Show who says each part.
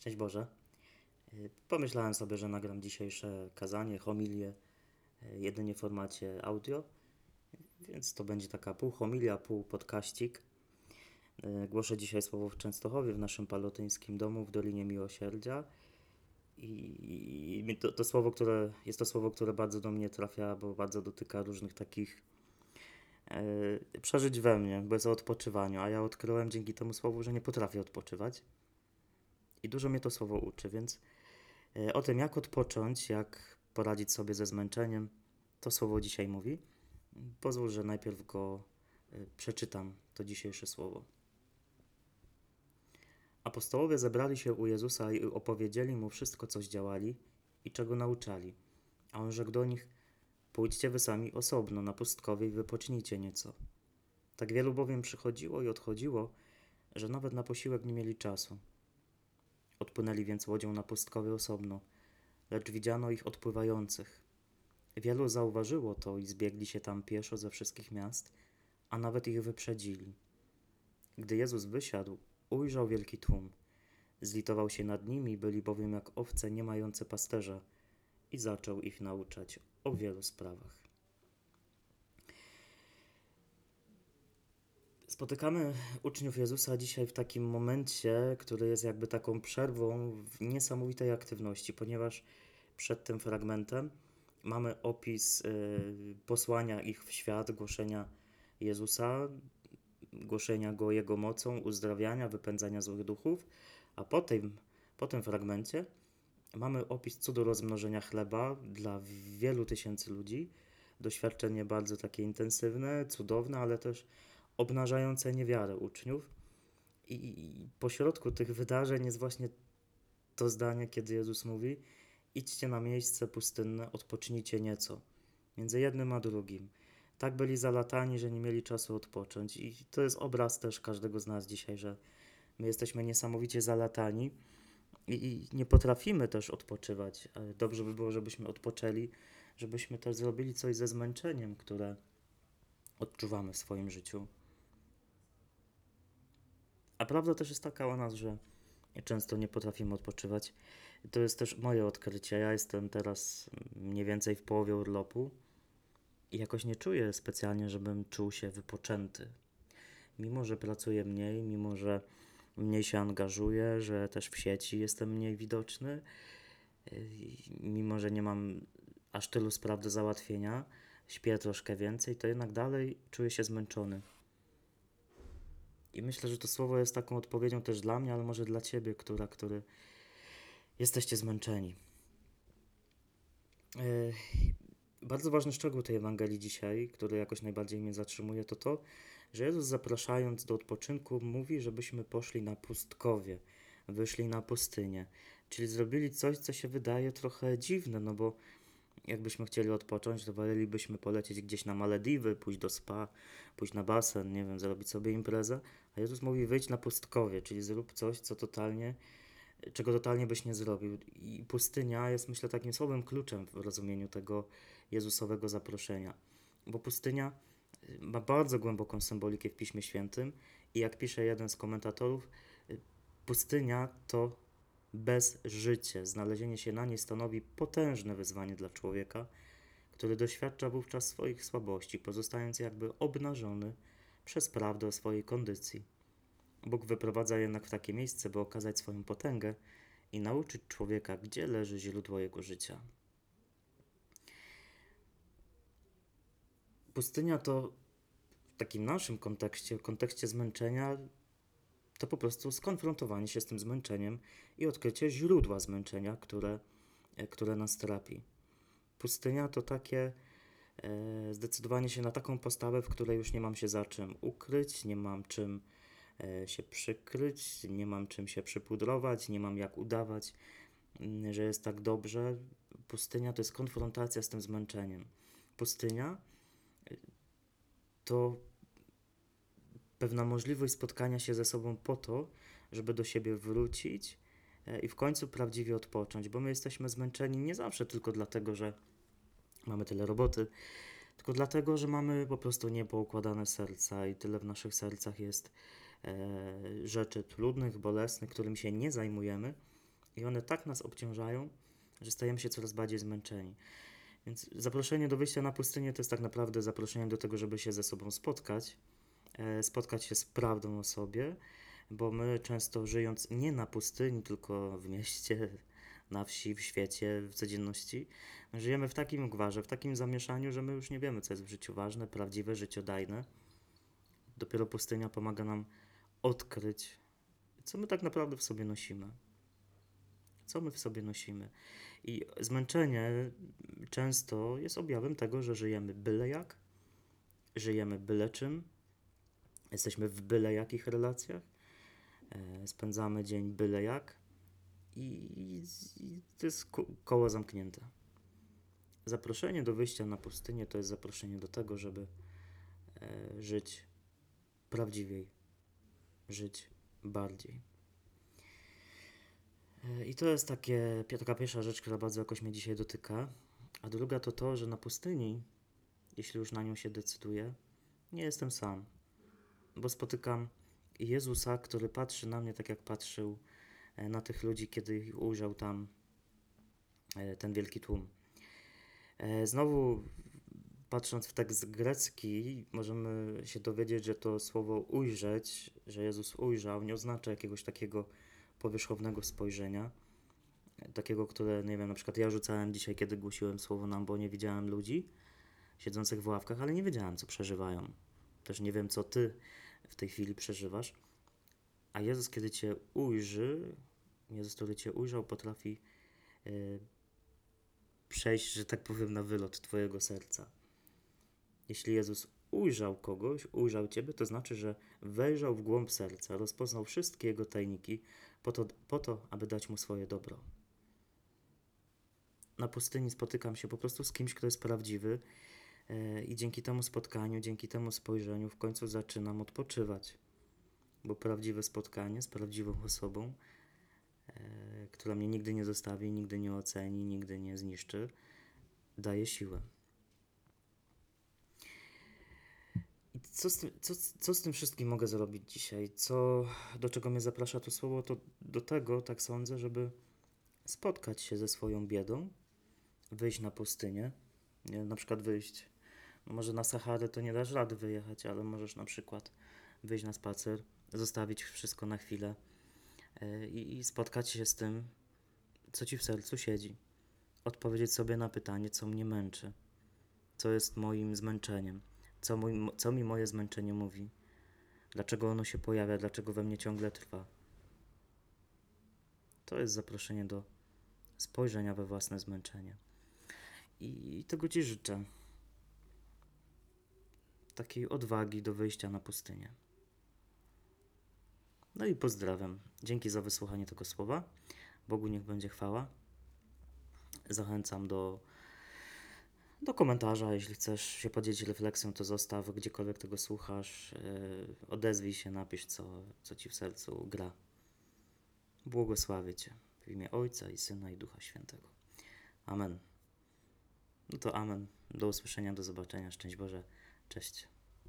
Speaker 1: Szczęść Boże. Pomyślałem sobie, że nagram dzisiejsze kazanie, homilię, jedynie w formacie audio, więc to będzie taka pół homilia, pół podkaścik. Głoszę dzisiaj słowo w Częstochowie, w naszym palotyńskim domu w Dolinie Miłosierdzia. To słowo, jest to słowo, które bardzo do mnie trafia, bo bardzo dotyka różnych takich przeżyć we mnie, bo jest o odpoczywaniu, a ja odkryłem dzięki temu słowu, że nie potrafię odpoczywać. I dużo mnie to słowo uczy, więc o tym, jak odpocząć, jak poradzić sobie ze zmęczeniem, to słowo dzisiaj mówi. Pozwól, że najpierw go przeczytam, to dzisiejsze słowo. Apostołowie zebrali się u Jezusa i opowiedzieli mu wszystko, co zdziałali i czego nauczali. A on rzekł do nich: pójdźcie wy sami osobno na pustkowie i wypocznijcie nieco. Tak wielu bowiem przychodziło i odchodziło, że nawet na posiłek nie mieli czasu. Odpłynęli więc łodzią na pustkowie osobno, lecz widziano ich odpływających. Wielu zauważyło to i zbiegli się tam pieszo ze wszystkich miast, a nawet ich wyprzedzili. Gdy Jezus wysiadł, ujrzał wielki tłum. Zlitował się nad nimi, byli bowiem jak owce nie mające pasterza, i zaczął ich nauczać o wielu sprawach. Spotykamy uczniów Jezusa dzisiaj w takim momencie, który jest jakby taką przerwą w niesamowitej aktywności, ponieważ przed tym fragmentem mamy opis posłania ich w świat, głoszenia Jezusa, głoszenia Go Jego mocą, uzdrawiania, wypędzania złych duchów, a po tym fragmencie mamy opis cudu rozmnożenia chleba dla wielu tysięcy ludzi, doświadczenie bardzo takie intensywne, cudowne, ale też obnażające niewiarę uczniów. I pośrodku tych wydarzeń jest właśnie to zdanie, kiedy Jezus mówi: idźcie na miejsce pustynne, odpocznijcie nieco. Między jednym a drugim. Tak byli zalatani, że nie mieli czasu odpocząć. I to jest obraz też każdego z nas dzisiaj, że my jesteśmy niesamowicie zalatani i nie potrafimy też odpoczywać. Dobrze by było, żebyśmy odpoczęli, żebyśmy też zrobili coś ze zmęczeniem, które odczuwamy w swoim życiu. A prawda też jest taka o nas, że często nie potrafimy odpoczywać. To jest też moje odkrycie. Ja jestem teraz mniej więcej w połowie urlopu i jakoś nie czuję specjalnie, żebym czuł się wypoczęty. Mimo że pracuję mniej, mimo że mniej się angażuję, że też w sieci jestem mniej widoczny, mimo że nie mam aż tylu spraw do załatwienia, śpię troszkę więcej, to jednak dalej czuję się zmęczony. I myślę, że to słowo jest taką odpowiedzią też dla mnie, ale może dla ciebie, który jesteście zmęczeni. Bardzo ważny szczegół tej Ewangelii dzisiaj, który jakoś najbardziej mnie zatrzymuje, to, że Jezus, zapraszając do odpoczynku, mówi, żebyśmy poszli na pustkowie, wyszli na pustynię. Czyli zrobili coś, co się wydaje trochę dziwne, no bo jakbyśmy chcieli odpocząć, to wolelibyśmy polecieć gdzieś na Malediwy, pójść do spa, pójść na basen, nie wiem, zrobić sobie imprezę. A Jezus mówi: wyjdź na pustkowie, czyli zrób coś, czego totalnie byś nie zrobił. I pustynia jest, myślę, takim słowem kluczem w rozumieniu tego Jezusowego zaproszenia. Bo pustynia ma bardzo głęboką symbolikę w Piśmie Świętym i jak pisze jeden z komentatorów, pustynia to bezżycie. Znalezienie się na niej stanowi potężne wyzwanie dla człowieka, który doświadcza wówczas swoich słabości, pozostając jakby obnażony przez prawdę o swojej kondycji. Bóg wyprowadza jednak w takie miejsce, by okazać swoją potęgę i nauczyć człowieka, gdzie leży źródło jego życia. Pustynia to w takim naszym kontekście, w kontekście zmęczenia, to po prostu skonfrontowanie się z tym zmęczeniem i odkrycie źródła zmęczenia, które nas trapi. Pustynia to takie zdecydowanie się na taką postawę, w której już nie mam się za czym ukryć, nie mam czym się przykryć, nie mam czym się przypudrować, nie mam jak udawać, że jest tak dobrze. Pustynia to jest konfrontacja z tym zmęczeniem. Pustynia to pewna możliwość spotkania się ze sobą po to, żeby do siebie wrócić i w końcu prawdziwie odpocząć, bo my jesteśmy zmęczeni nie zawsze tylko dlatego, że mamy tyle roboty, tylko dlatego, że mamy po prostu niepoukładane serca i tyle w naszych sercach jest rzeczy trudnych, bolesnych, którymi się nie zajmujemy I one tak nas obciążają, że stajemy się coraz bardziej zmęczeni. Więc zaproszenie do wyjścia na pustynię to jest tak naprawdę zaproszenie do tego, żeby się ze sobą spotkać się z prawdą o sobie, bo my często żyjąc nie na pustyni, tylko w mieście, na wsi, w świecie, w codzienności, żyjemy w takim gwarze, w takim zamieszaniu, że my już nie wiemy, co jest w życiu ważne, prawdziwe, życiodajne. Dopiero pustynia pomaga nam odkryć, co my tak naprawdę w sobie nosimy. Co my w sobie nosimy. I zmęczenie często jest objawem tego, że żyjemy byle jak, żyjemy byle czym, jesteśmy w byle jakich relacjach, spędzamy dzień byle jak i to jest koło zamknięte. Zaproszenie do wyjścia na pustynię to jest zaproszenie do tego, żeby żyć prawdziwiej, żyć bardziej. I to jest taka pierwsza rzecz, która bardzo jakoś mnie dzisiaj dotyka. A druga to to, że na pustyni, jeśli już na nią się decyduję, nie jestem sam, bo spotykam Jezusa, który patrzy na mnie tak, jak patrzył na tych ludzi, kiedy ich ujrzał tam ten wielki tłum. Znowu, patrząc w tekst grecki, możemy się dowiedzieć, że to słowo ujrzeć, że Jezus ujrzał, nie oznacza jakiegoś takiego powierzchownego spojrzenia, takiego, które, nie wiem, na przykład ja rzucałem dzisiaj, kiedy głosiłem słowo nam, bo nie widziałem ludzi siedzących w ławkach, ale nie wiedziałem, co przeżywają. Też nie wiem, co ty w tej chwili przeżywasz. A Jezus, kiedy cię ujrzy, Jezus, który cię ujrzał, potrafi przejść, że tak powiem, na wylot twojego serca. Jeśli Jezus ujrzał kogoś, ujrzał ciebie, to znaczy, że wejrzał w głąb serca, rozpoznał wszystkie jego tajniki po to, aby dać mu swoje dobro. Na pustyni spotykam się po prostu z kimś, kto jest prawdziwy i dzięki temu spotkaniu, dzięki temu spojrzeniu w końcu zaczynam odpoczywać. Bo prawdziwe spotkanie z prawdziwą osobą, która mnie nigdy nie zostawi, nigdy nie oceni, nigdy nie zniszczy, daje siłę. I co z tym wszystkim mogę zrobić dzisiaj? Do czego mnie zaprasza to słowo? To do tego, tak sądzę, żeby spotkać się ze swoją biedą, wyjść na pustynię, na przykład wyjść, może na Saharę to nie dasz rady wyjechać, ale możesz na przykład wyjść na spacer, zostawić wszystko na chwilę i spotkać się z tym, co ci w sercu siedzi. Odpowiedzieć sobie na pytanie, co mnie męczy, co jest moim zmęczeniem, co mi moje zmęczenie mówi, dlaczego ono się pojawia, dlaczego we mnie ciągle trwa. To jest zaproszenie do spojrzenia we własne zmęczenie. I tego ci życzę. Takiej odwagi do wyjścia na pustynię. No i pozdrawiam. Dzięki za wysłuchanie tego słowa. Bogu niech będzie chwała. Zachęcam do komentarza. Jeśli chcesz się podzielić refleksją, to zostaw gdziekolwiek tego słuchasz. Odezwij się, napisz, co ci w sercu gra. Błogosławię cię w imię Ojca i Syna i Ducha Świętego. Amen. No to amen. Do usłyszenia, do zobaczenia. Szczęść Boże. Cześć.